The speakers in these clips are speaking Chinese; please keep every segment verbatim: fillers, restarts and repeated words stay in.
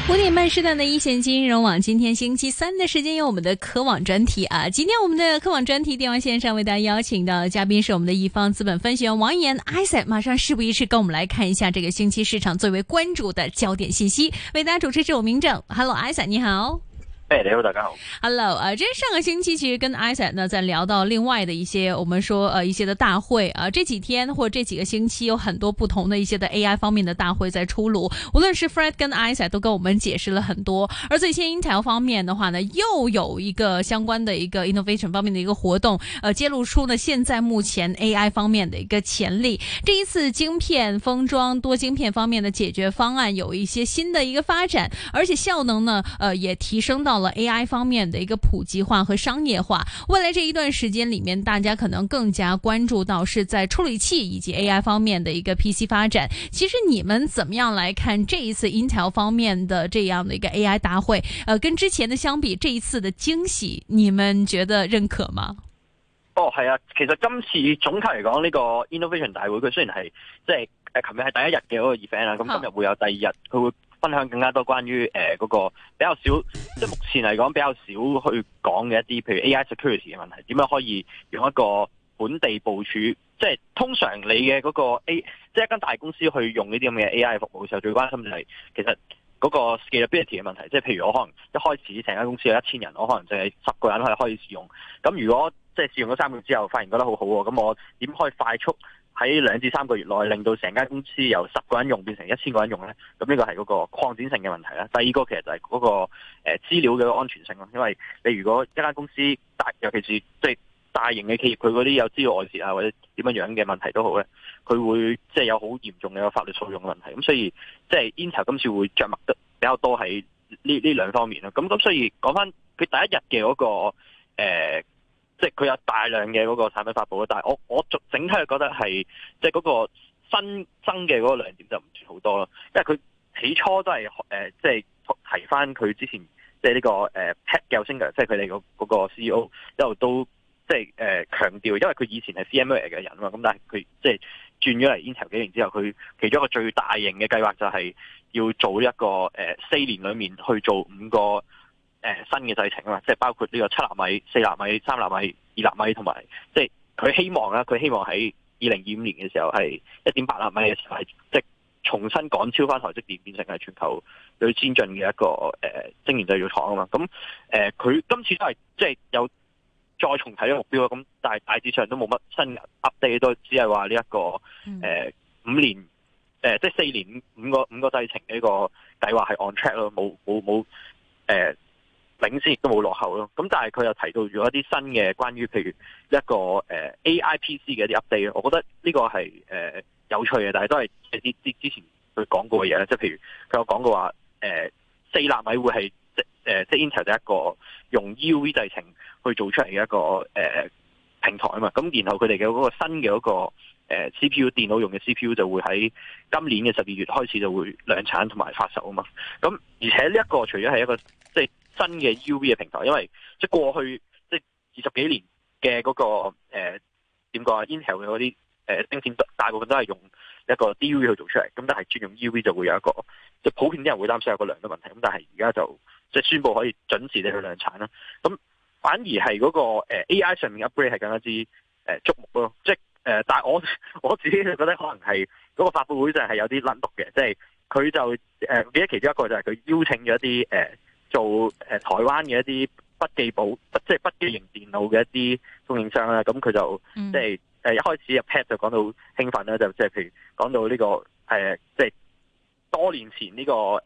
五点半时段的一线金融网，今天星期三的时间有我们的科网专题啊。今天我们的科网专题电话线上为大家邀请到的嘉宾是我们的一方资本分析员王岩 Isaac， 马上事不宜迟，跟我们来看一下这个星期市场最为关注的焦点信息。为大家主持这种名正 ，Hello Isaac， 你好。 哎，你好，大家好。 Hello， 呃，这上个星期其实跟 Isaac 呢在聊到另外的一些我们说呃一些的大会啊、呃，这几天或者这几个星期有很多不同的一些的 A I 方面的大会在出炉，无论是 Fred 跟 Isaac 都跟我们解释了很多。而最先 Intel 方面的话呢，又有一个相关的一个 innovation 方面的一个活动，呃，揭露出呢现在目前 A I 方面的一个潜力。这一次晶片封装多晶片方面的解决方案有一些新的一个发展，而且效能呢，呃，也提升到了 A I 方面的一个普及化和商业化。未来这一段时间里面，大家可能更加关注到是在处理器以及 A I 方面的一个 P C 发展。其实你们怎么样来看这一次 Intel 方面的这样的一个 A I 大会？呃，跟之前的相比，这一次的驚喜，你們覺得認可嗎？ 哦，係啊，其實今次總體嚟講，呢、這個 Innovation 大會佢雖然係即係誒，琴日係第一日嘅嗰個 event 啦，咁今日會有第二日，佢會分享更加多關於誒嗰個比較少，即係目前嚟講比較少去講嘅一啲，譬如 A I security 嘅問題，點樣可以用一個本地部署，即係通常你嘅嗰個 A， 即係一間大公司去用呢啲咁嘅 A I 服務嘅時候，最關心就係其實嗰個 scalability 嘅問題，即係譬如我可能一開始成間公司有一千人，我可能淨係十個人可以開始試用，咁如果即係試用咗三個月之後，發現覺得好好喎，咁我點可以快速喺兩至三個月內令到成間公司由十個人用變成一千個人用咧？咁呢個係嗰個擴展性嘅問題啦。第二個其實就係嗰個誒資料嘅安全性咯，因為你如果一間公司大，尤其是即係大型嘅企業，佢嗰啲有資料外泄啊或者點樣樣嘅問題都好咧，佢會即係有好嚴重嘅法律訴訟嘅問題。咁所以即係 Intel 今次會着墨得比較多喺呢呢兩方面咯。咁咁所以講翻佢第一日嘅嗰個誒。即係佢有大量嘅嗰個產品發布，但係我我整體係覺得係即係嗰個新增嘅嗰個亮點就唔算好多咯，因為佢起初都係誒即係提翻佢之前即係呢個誒 Pat Gelsinger，即係佢哋嗰嗰個 C E O 一路都即係誒強調，因為佢以前係 V M Ware 嘅人嘛，咁但係佢即係轉咗嚟 Intel 幾年之後，佢其中一個最大型嘅計劃就係要做一個誒四年裡面去做五個。誒新嘅製程啊嘛，即係包括呢個七納米、四納米、三納米、二納米同埋，即係佢希望啦，佢希望喺二零二五年嘅時候係一點八納米嘅時候係即係重新趕超翻台積電，變成係全球最先進嘅一個誒、呃、晶圓製造廠啊嘛。咁誒佢今次都係即係有再重睇嘅目標啦。咁但係大致上都冇乜新 update， 都只係話呢一個誒、呃、五年誒、呃、即係四年五個五個製程呢個計劃係 on track 咯，冇冇冇誒。領先亦都冇落後咯，咁但係佢又提到咗一啲新嘅關於譬如一個誒、呃、A I P C 嘅一啲 update，我覺得呢個係誒、呃、有趣嘅，但係都係啲啲之前佢講過嘅嘢咧，即係譬如佢有講過話誒四納米會係即誒即係 Intel 第一個用 E U V 製程去做出嚟嘅一個誒、呃、平台啊嘛，咁然後佢哋嘅嗰個新嘅嗰、那個、呃、C P U 電腦用嘅 C P U 就會喺今年嘅十二月開始就會量產同埋發售啊嘛，咁而且呢一個除咗係一個即係新嘅 E U V 嘅平台，因為即係過去即係二十幾年嘅嗰、那個誒點講啊 Intel 嘅嗰啲誒晶片大部分都係用一個 D U V 去做出嚟，咁但係轉用 E U V 就會有一個即係普遍啲人會擔心有個量嘅問題，咁但係而家就即係宣布可以準時地去量產啦。咁反而係嗰個 A I 上面 upgrade 係更加之誒矚目咯，即係誒，但係我我自己就覺得可能係嗰個發佈會就係有啲甩碌嘅，即係佢就誒、呃、記得其中一個就係佢邀請咗一啲誒。呃做誒、呃、台灣嘅一啲筆記簿，即係筆記型電腦嘅一啲供應商啦。咁佢就、嗯、即係誒一開始入 Pat 就講到興奮啦，就即係譬如講到呢、這個誒、呃，即係多年前呢、這個誒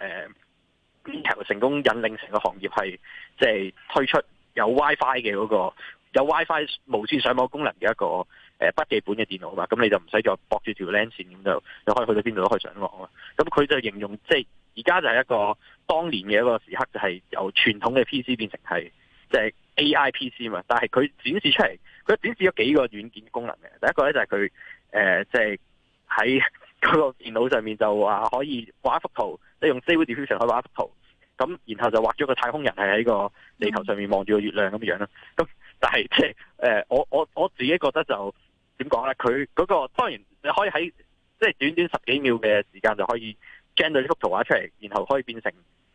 Intel、呃、成功引領成個行業係即係推出有 WiFi 嘅嗰、那個有 WiFi 無線上網功能嘅一個誒、呃、筆記本嘅電腦嘛。咁你就唔使再駁住條 LAN 線，咁就你可以去到邊度都可以上網啦。咁佢就形容即係。而家就係一個當年嘅一個時刻，就係由傳統嘅 P C 變成係即係 A I P C 嘛。但係佢展示出嚟，佢展示咗幾個軟件功能嘅。第一個咧就係佢誒，即係喺嗰個電腦上面就話可以畫一幅圖，即係用 Stable Diffusion 可以畫一幅圖。咁然後就畫咗個太空人係喺個地球上面望住個月亮咁樣啦。咁但係即係誒，我我我自己覺得就點講咧？佢嗰個當然你可以喺即係短短十幾秒嘅時間就可以。將到呢幅圖畫出嚟，然後可以變成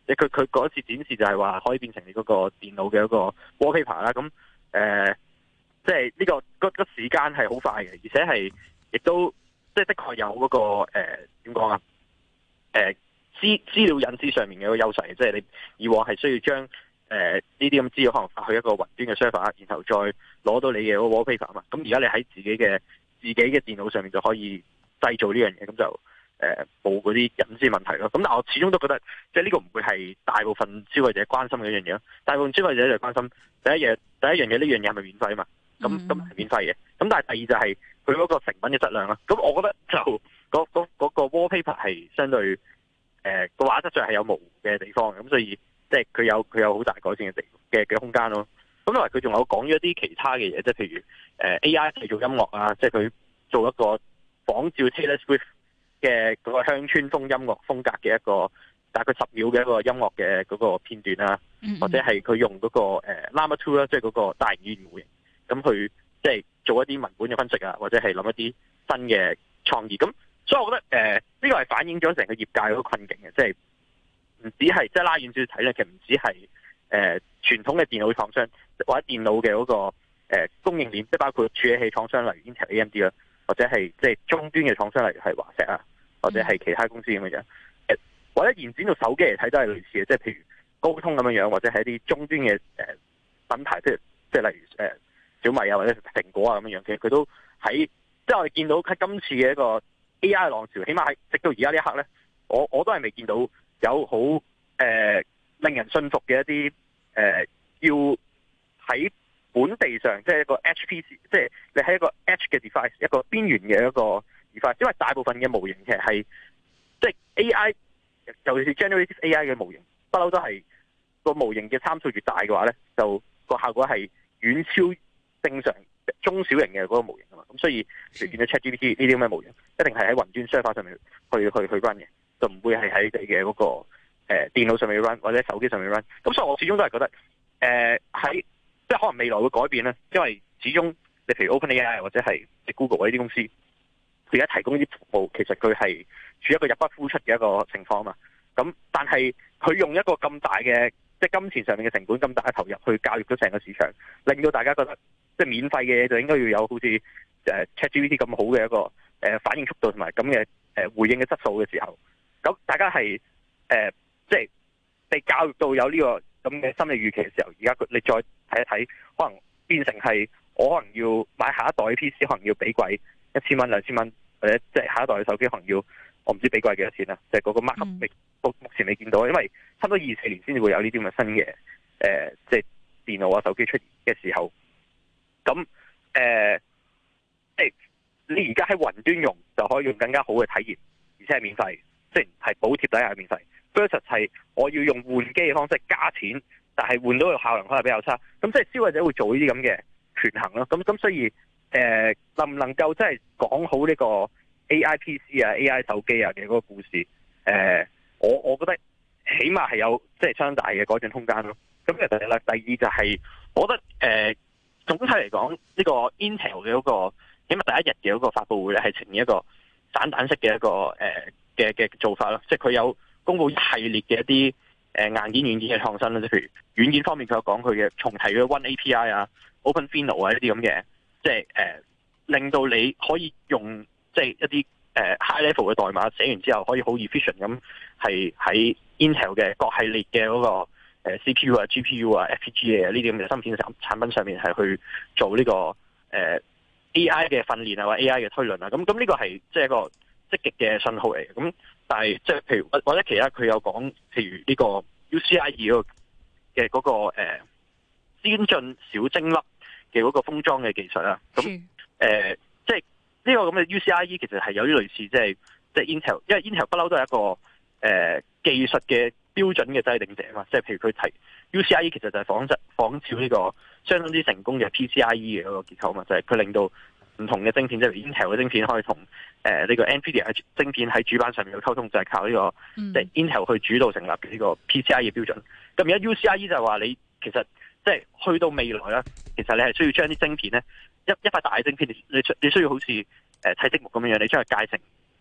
即係佢佢嗰次展示就係話可以變成你嗰個電腦嘅一個 wallpaper 啦。咁誒、呃，即係呢個嗰、嗰個時間係好快嘅，而且係亦都即係的確有嗰、嗰個誒點講啊？誒、呃、資資料隱私上面嘅一個優勢，即係你以往係需要將誒呢啲咁資料可能發去一個雲端嘅 server，然後再攞到你嘅嗰個 wallpaper 嘛。咁而家你喺自己嘅自己嘅電腦上面就可以製造呢樣嘢，咁就誒冇嗰啲隱私問題咯。咁但係我始終都覺得，即係呢個唔會係大部分消費者關心嘅一樣嘢咯。大部分消費者就關心第一樣第一樣嘢，呢樣嘢係咪免費啊嘛？咁咁係免費嘅。咁但係第二就係佢嗰個成品嘅質量啦。咁我覺得就嗰嗰嗰個 wallpaper 係相對誒個畫質上係有模糊嘅地方嘅，咁所以即係佢有佢有好大改善嘅地嘅嘅空間咯。咁同埋佢仲有講咗一啲其他嘅嘢，即係譬如誒 A I 製造音樂啊，即係佢做一個仿照 Taylor Swift 嘅嗰個鄉村風音樂風格嘅一個大概十秒嘅一個音樂嘅嗰個片段啦，或者係佢用嗰個誒 Llama two 啦，即係嗰個大型語言模型，咁去即係做一啲文本嘅分析啊，或者係諗一啲新嘅創意。咁所以我覺得誒呢個係反映咗成個業界嗰個困境嘅，即係唔止係即係拉遠少少睇咧，其實唔止係誒傳統嘅電腦廠商或者電腦嘅嗰個誒供應鏈，即係包括處理器廠商例如 Intel、A M D 啦，或者係即係終端嘅廠商例如係華碩啊，或者係其他公司咁嘅樣，誒或者延展到手機嚟睇都係類似嘅，即係譬如高通咁樣樣，或者係一啲終端嘅誒品牌，即係即係例如誒小米啊或者蘋果啊咁樣樣，其實佢都喺即係我哋見到喺今次嘅一個 A I 浪潮，起碼喺直到而家呢一刻咧，我我都係未見到有好誒、呃、令人信服嘅一啲誒、呃、要喺本地上即係一個 H P C， 即係你喺一個 Edge 嘅 device， 一個邊緣嘅一個 device， 因為大部分嘅模型其實係即係 A I， 尤其是 generative A I 嘅模型，不嬲都係個模型嘅參數越大嘅話咧，就個效果係遠超正常中小型嘅嗰個模型啊嘛。咁所以你見到 ChatGPT 呢啲咁嘅模型，一定係喺雲端 server 上面去去去 run 嘅，就唔會係喺你嘅嗰個誒、呃、電腦上面 run 或者手機上面 run。咁所以我始終都係覺得誒喺、呃、即係可能未來會改變咧，因為始終你譬如 OpenAI 或者係 Google 呢啲公司，佢而家提供呢啲服務，其實佢係處於一個入不敷出嘅一個情況啊嘛。咁但係佢用一個咁大嘅即係金錢上面嘅成本，咁大嘅投入去教育咗成個市場，令到大家覺得即係免費嘅嘢就應該要有好似誒 ChatGPT 咁好嘅一個誒、呃、反應速度同埋咁嘅誒回應嘅質素嘅時候，咁大家係誒、呃、即係被教育到有呢個咁嘅心理預期嘅時候，而家你再睇一睇，可能變成係我可能要買下一代嘅 P C， 可能要俾貴一千蚊兩千蚊，或者即係下一代嘅手機可能要我唔知俾貴幾多錢啦，即係嗰個 markup 未目前未見到，因為差唔多二四年先至會有呢啲咁嘅新嘅誒、呃，即係電腦啊手機出現嘅時候，咁誒、呃，即係你而家喺雲端用就可以用更加好嘅體驗，而且係免費，即係係補貼底下係免費。versus 係我要用換機嘅方式加錢，但係換到嘅效能可能比較差，咁即係消費者會做呢啲咁嘅權衡咯。咁咁所以誒、呃，能唔能夠即係講好呢個 A I P C 啊、A I 手機啊嘅嗰個故事？誒、呃，我我覺得起碼係有即係相當大嘅改進空間咯。咁其實第二，第二就係、是、我覺得誒、呃，總體嚟講呢個 Intel 嘅嗰、那個起碼第一日嘅嗰個發佈會咧，係呈現一個散彈式嘅一個誒嘅嘅做法咯，即係佢有公布一系列嘅一啲誒硬件軟件嘅創新啦，即係譬如軟件方面佢有講佢嘅重提嘅 One A P I 啊、OpenFino 啊呢啲咁嘅，即係誒、呃、令到你可以用即係一啲誒、呃、high level 嘅代碼寫完之後可以好 efficient 咁係喺 Intel 嘅各系列嘅嗰個誒 C P U 啊、G P U 啊、F P G A 啊呢啲咁嘅芯片產產品上面係去做呢、這個誒、呃、A I 嘅訓練啊或者 A I 嘅推論啊，咁咁呢個係即係一個積極嘅信號嚟嘅。咁但係即係譬如或者其他佢有講，譬如呢個 U C I E 嗰個嘅嗰個誒先進小晶粒嘅嗰個封裝嘅技術啦。咁誒、呃、即係呢個咁嘅 U C I E 其實係有啲類似即係即係 Intel，因為 Intel 不嬲都係一個誒、呃、技術嘅標準嘅制定者嘛。即係譬如佢提 U C I E 其實就係仿製仿照呢個相當之成功嘅 P C I E 嘅嗰個結構嘛，就係、是、佢令到唔同嘅晶片，即係 Intel 嘅晶片可以同誒呢個 Nvidia 晶片喺主板上面嘅溝通，就係、是、靠呢、這個即係、嗯、Intel 去主導成立嘅呢個 P C I E 嘅標準。咁而家 U C I E 就係話你其實即係去到未來啦，其實你係需要將啲晶片咧一一塊大嘅晶片，你你需要好似誒砌積木咁樣樣，你將佢界成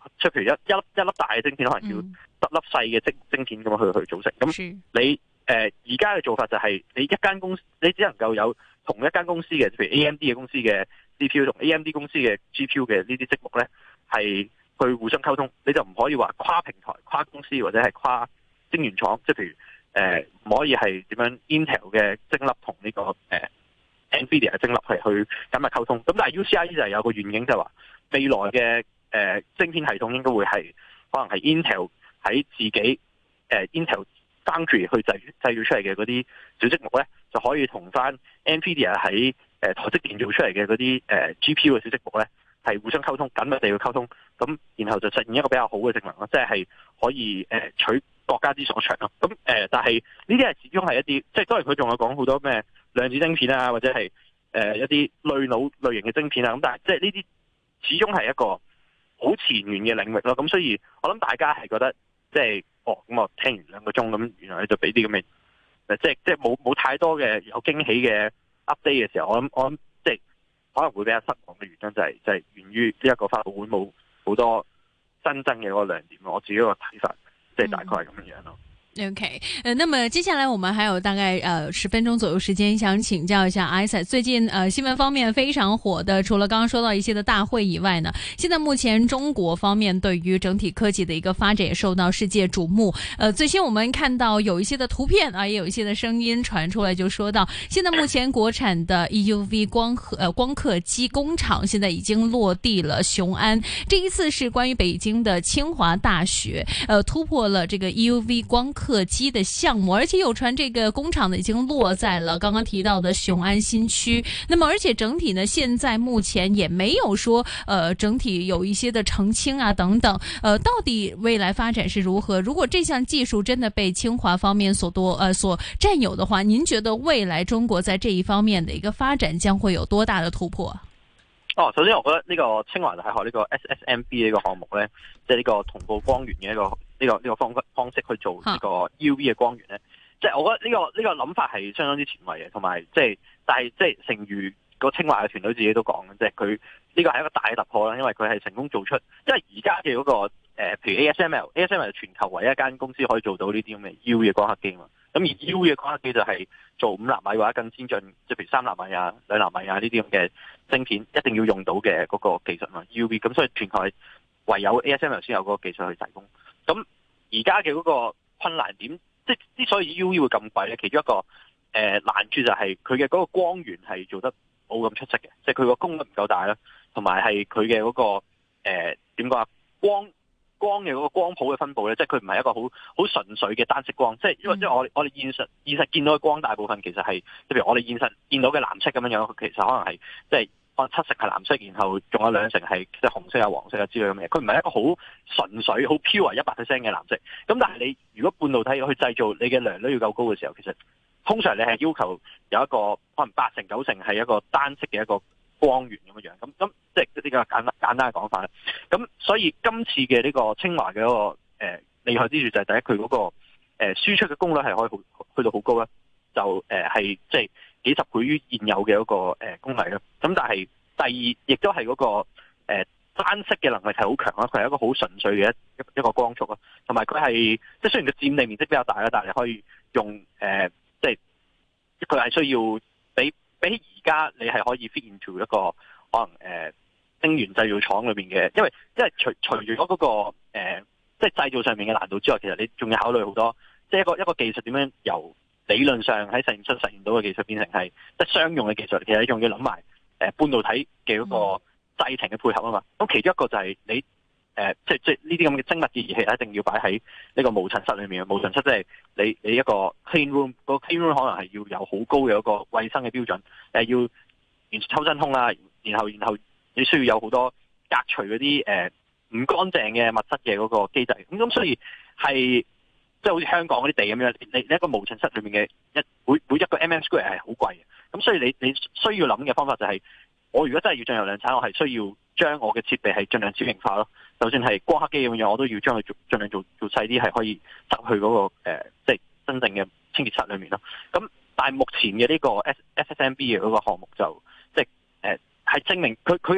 即係譬如一一粒一粒大嘅晶片，可能要十粒細嘅晶晶片咁樣去去組成。咁你誒而家嘅做法就係你一間公司，你只能夠有同一間公司嘅，譬如 A M D 嘅公司嘅 C P U 同 A M D 公司嘅 G P U 嘅呢啲積木咧，係去互相溝通。你就唔可以話跨平台、跨公司或者係跨晶圓廠，即係譬如誒唔、呃、可以係點樣 Intel 嘅晶粒同呢、這個誒、呃、Nvidia 嘅晶粒係去緊密溝通。咁但係 U C I E 就係有個願景，就係話未來嘅誒、呃、晶片系統應該會係可能係 Intel 喺自己誒、呃、Intel Foundry 去製製造出嚟嘅嗰啲小積木咧，就可以同翻 Nvidia 喺誒台積電做出嚟嘅嗰啲誒 G P U 嘅小積木咧，係互相溝通，緊密地去溝通，咁然後就實現一個比較好嘅性能咯，即係可以誒、呃、取國家之所長咯。咁誒、呃，但係呢啲係始終係一啲，即係當然佢仲有講好多咩量子晶片啊，或者係誒、呃、一啲類腦類型嘅晶片啊。咁但係即係呢啲始終係一個好前沿嘅領域咯。咁所以我諗大家係覺得即係哦，咁我聽完兩個鐘，咁原來你就俾啲咁嘅誒，即係即係冇冇太多嘅有驚喜嘅 update 嘅時候，我諗我諗即係可能會比較失望嘅原因就係、是、就係、是、源於呢一個發佈會冇好多新增嘅嗰個亮點。我自己個睇法即係大概係咁樣咯。 OK， 呃，那麼接下來我們還有大概呃十分鐘左右時間，想請教一下 Isaac， 最近呃新聞方面非常火的，除了剛剛說到一些的大會以外呢，現在目前中國方面對於整體科技的一個發展也受到世界矚目。呃，最新我們看到有一些的圖片啊，也有一些的聲音傳出來，就說到現在目前國產的 E U V 光刻呃光刻機工廠現在已經落地了雄安，這一次是關於北京的清華大學，呃突破了這個 E U V 光刻刻機的項目，而且有傳這個工廠呢已經落在了剛剛提到的雄安新區。那麼而且整體呢，現在目前也沒有說，呃，整體有一些的澄清啊等等。呃，到底未來發展是如何？如果這項技術真的被清華方面所多呃所佔有的話，您覺得未來中國在這一方面的一個發展將會有多大的突破？ 哦，首先我覺得呢個清華大學呢個 S S M B 呢個項目呢，即係呢個同步光源嘅一個呢、這個呢、這個方方式去做呢個 U V 嘅光源呢，即係我覺得呢、這個呢、這個諗法係相當之前衛嘅，同埋即係但係即係誠如個清華嘅團隊自己都講，即係佢呢個係一個大嘅突破啦，因為佢係成功做出，因為而家嘅嗰個誒、呃，譬如 A S M L，A S M L 係全球唯一一間公司可以做到呢啲咁嘅 U V 嘅光刻機嘛。咁而 U V 嘅光刻機就係做五納米或者更先進，即係譬如三納米啊、兩納米啊呢啲咁嘅晶片，一定要用到嘅嗰個技術嘛 U V。咁所以全球係唯有 A S M L 先有嗰個技術去提供。咁而家嘅嗰個困難點，即係之所以 U V 會咁貴咧，其中一個誒、呃、難處就係佢嘅嗰個光源係做得冇咁出色嘅，即係佢個功率唔夠大啦，同埋係佢嘅嗰個誒點講啊光。光嘅嗰個光譜嘅分佈咧，即係佢唔係一個好好純粹嘅單色光，即係因為即係我我哋現實現實見到嘅光大部分其實係，譬如我哋現實見到嘅藍色咁樣樣，其實可能係即係可能七成係藍色，然後仲有兩成係即係紅色啊、黃色啊之類咁嘅嘢。佢唔係一個好純粹、好 pure 一百 percent 嘅藍色。咁但係你如果半導體去製造，你嘅良率要夠高嘅時候，其實通常你係要求有一個可能八成九成係一個單色嘅一個光源咁樣樣，咁咁即係呢個簡單簡單嘅講法啦。咁所以今次嘅呢個清華嘅一個誒厲害之處就係第一，佢嗰個誒輸出嘅功率係可以好去到好高啦，就誒係即係幾十倍於現有嘅嗰個誒功率啦。咁但係第二亦都係嗰個誒單色嘅能力係好強啦，佢係一個好純粹嘅一一個光速啦，同埋佢係即係雖然佢佔地面積比較大啦，但係你可以用誒即係佢係需要比。比起而家你係可以 fit into 一個可能誒、呃、晶圓製造廠裏邊嘅，因為因為除除咗嗰個誒、呃、即係製造上面嘅難度之外，其實你仲要考慮好多，即係一個一個技術點樣由理論上喺實驗室實現到嘅技術變成係即係商用嘅技術，其實你仲要諗埋誒半導體嘅嗰個製程嘅配合啊嘛。咁、嗯、其中一個就係你誒、呃、即係即係呢啲咁嘅精密嘅儀器一定要擺喺呢個無塵室裏面嘅無塵室，即係你你一個 clean room，個 clean room 可能係要有好高嘅一個衛生嘅標準，誒要完全抽真空啦，然後然後你需要有好多隔除嗰啲誒唔乾淨嘅物質嘅嗰個機制，咁咁所以係即係好似香港嗰啲地咁樣，你你一個無塵室裏面嘅一每每一個 mm square 係好貴嘅，咁所以你你需要諗嘅方法就係、是，我如果真係要進入量產，我係需要將我嘅設備係盡量小型化咯，就算係光刻機咁樣，我都要將佢做盡量做做細啲，係可以塞去嗰、那個誒、呃、即係真正嘅清潔室裏面咯。咁但係目前嘅呢個 S S M B 嘅嗰個項目就即係誒係證明佢佢嘅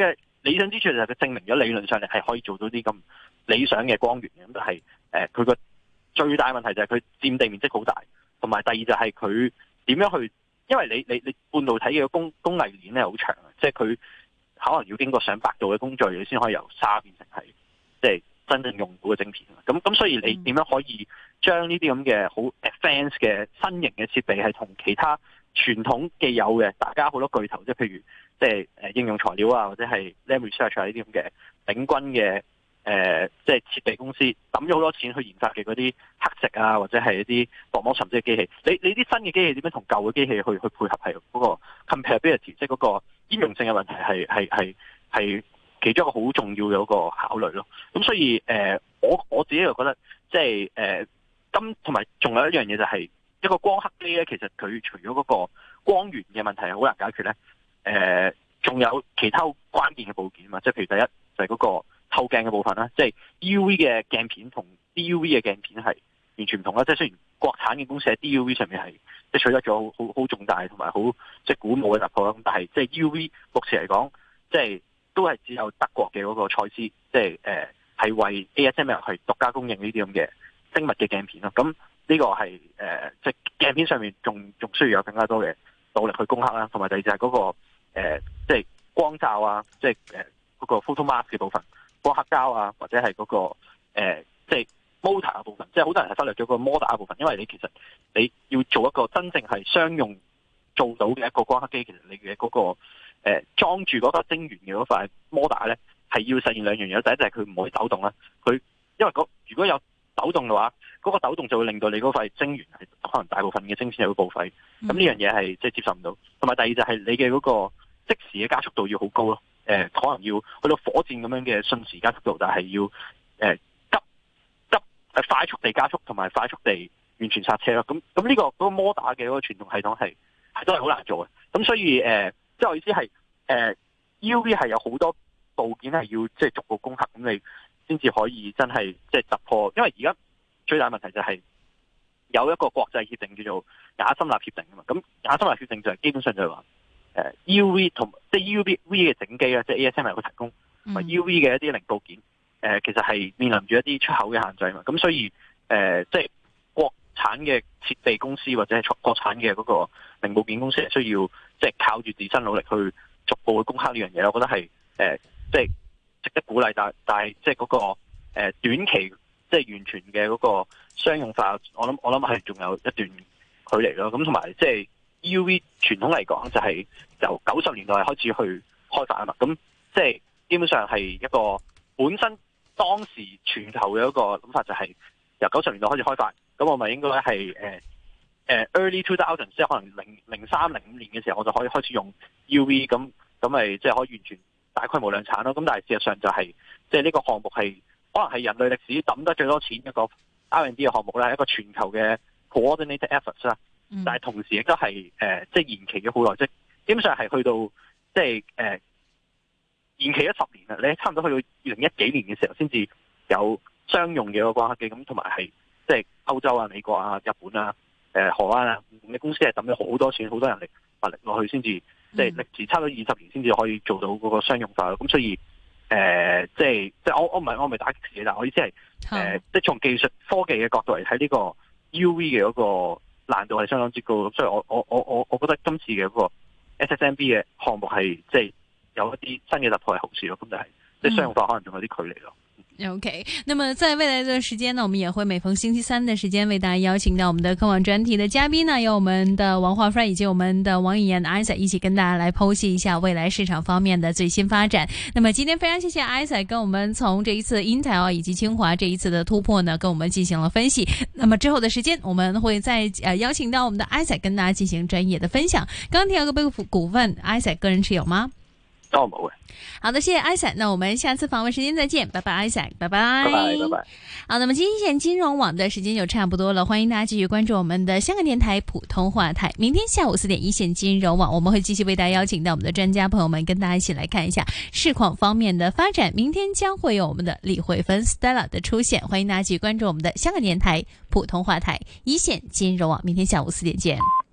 理想之處就係佢證明咗理論上你係可以做到啲咁理想嘅光源嘅，咁但係誒佢個最大問題就係佢佔地面積好大，同埋第二就係佢點樣去，因為你你你半導體嘅工工藝鏈咧好長，即係佢可能要經過上百度嘅工序，你先可以由沙變成係即係真正用到嘅晶片。咁咁所以你點樣可以將呢啲咁嘅好 advanced 嘅新型嘅設備係同其他傳統既有嘅大家好多巨頭，即係譬如即係誒應用材料啊，或者係 Lam Research 啊呢啲咁嘅頂軍嘅誒即係設備公司抌咗好多錢去研發嘅嗰啲刻值啊，或者係一啲薄膜沉積嘅機器，你你啲新嘅機器點樣同舊嘅機器去去配合，係嗰個 compatibility， 即係嗰個兼容性嘅問題係係係係其中一個好重要嘅一個考慮咯。咁所以誒、呃、我我自己就覺得即係誒今同埋仲有一樣嘢就係、是。一個光刻機咧，其實佢除咗嗰個光源嘅問題係好難解決咧，誒、呃，仲有其他好關鍵嘅部件嘛，即係譬如第一就係、是、嗰個透鏡嘅部分啦，即係 E U V 嘅鏡片同 D U V 嘅鏡片係完全唔同啦。即係雖然國產嘅公司喺 D U V 上面係即係取得咗好好重大同埋好即係鼓舞嘅突破啦，咁但係即係 E U V 目前嚟講，即係都係只有德國嘅嗰個蔡司，即係誒係為 A S M L 係獨家供應呢啲咁嘅精密嘅鏡片咯，咁。呢個係誒，即、呃、係鏡片上面仲仲需要有更加多嘅努力去攻克啦，同埋第二就係嗰、那個誒，即、呃、係、就是、光罩啊，即係誒嗰個 photo mask 嘅部分，光刻膠啊，或者係嗰、那個誒，即、呃、係、就是、motor 嘅部分，即係好多人係忽略咗個 motor 嘅部分，因為你其實你要做一個真正係商用做到嘅一個光刻機，其實你嘅嗰、那個誒、呃、裝住嗰個晶圓嘅嗰塊 motor 咧，係要實現兩樣嘢，第一就係佢唔可以抖動啦，佢因為如果有抖動嘅話，嗰、那個抖動就會令到你嗰塊晶圓係可能大部分嘅晶片係會報廢，咁呢樣嘢係即係接受唔到。同埋第二就係你嘅嗰個即時嘅加速度要好高咯，誒、呃、可能要去到火箭咁樣嘅瞬時加速度，但係要誒、呃、急急誒快速地加速同埋快速地完全剎車咯。咁咁呢個嗰、那個摩打嘅嗰個傳動系統係係都係好難做嘅。咁所以誒、呃，即係我意思係誒、呃、E U V 係有好多部件係要即係逐步攻克，咁你先至可以真係即係突破。因為而家最大問題就係有一個國際協定叫做雅森納協定啊嘛，咁雅森納協定就係基本上就係話誒 E U V 同即係 E U V 嘅整機啊，即係 A S M L 去提供，同埋 E U V 嘅一啲零部件，誒、呃、其實係面臨住一啲出口嘅限制嘛，咁所以誒、呃、即係國產嘅設備公司或者係國產嘅嗰個零部件公司係需要即係靠住自身努力去逐步去攻克呢樣嘢，我覺得係誒、呃、即係值得鼓勵，但但係即係嗰個誒短期。即係完全嘅嗰個商用化，我諗我諗係仲有一段距離咯。咁同埋即係 E U V 傳統嚟講，就係由九十年代開始去開發啊嘛。咁即係基本上係一個本身當時全球嘅一個諗法，就係由九十年代開始開發。咁我咪應該係誒誒 early two thousand，即係可能零零三零五年嘅時候，我就可以開始用 E U V。咁咁咪即係可以完全大規模量產咯。咁但係事實上就係即係呢個項目係。可能係人類歷史抌得最多錢一個 R and D 嘅項目咧，一個全球嘅 coordinated efforts 啦。嗯、但係同時亦都係誒，即係延期咗好耐，即係基本上係去到即係誒延期咗十年啦。你差唔多去到二零一幾年嘅時候，先至有商用嘅一個光刻機，咁同埋係即係歐洲啊、美國啊、日本啊、誒荷蘭啊唔同嘅公司係抌咗好多錢、好多人力物力落去，先至即係歷時差唔多二十年先至可以做到嗰個商用化咯。咁所以。誒、呃，即係即係我我唔係我唔係打擊自己，但係我意思係誒、呃，即係從技術科技嘅角度嚟睇，呢個 E U V 嘅嗰個難度係相當之高，所以我我我我我覺得今次嘅嗰個 S S M B 嘅項目係即係有一啲新嘅突破係好事咯，咁就係即係商用化可能仲有啲距離咯。 OK，那麼在未來的時間呢，我們也會每逢星期三的時間為大家邀請到我們的科網專題的嘉賓呢，有我們的王華 Fred 以及我們的王逸研 Isaac 一起跟大家來剖析一下未來市場方面的最新發展。那麼今天非常謝謝 Isaac 跟我們從這一次 Intel 以及清華這一次的突破呢，跟我們進行了分析。那麼之後的時間，我們會再呃邀請到我們的 Isaac 跟大家進行專業的分享。剛剛提到個貝股股份 ，Isaac 個人持有嗎？ 哦，冇嘅。 好的，謝謝 Isaac， 那我們下次訪問時間再見，拜拜 Isaac， 拜拜， 拜拜，拜拜。 好，那麼今天金融網的時間就差不多了，歡迎大家繼續關注我們的香港電台普通話台。明天下午四點一線金融網，我們會繼續為大家邀請到我們的專家朋友們，跟大家一起來看一下市況方面的發展。明天將會有我們的李慧芬 Stella 的出現，歡迎大家繼續關注我們的香港電台普通話台一線金融網。明天下午四點見。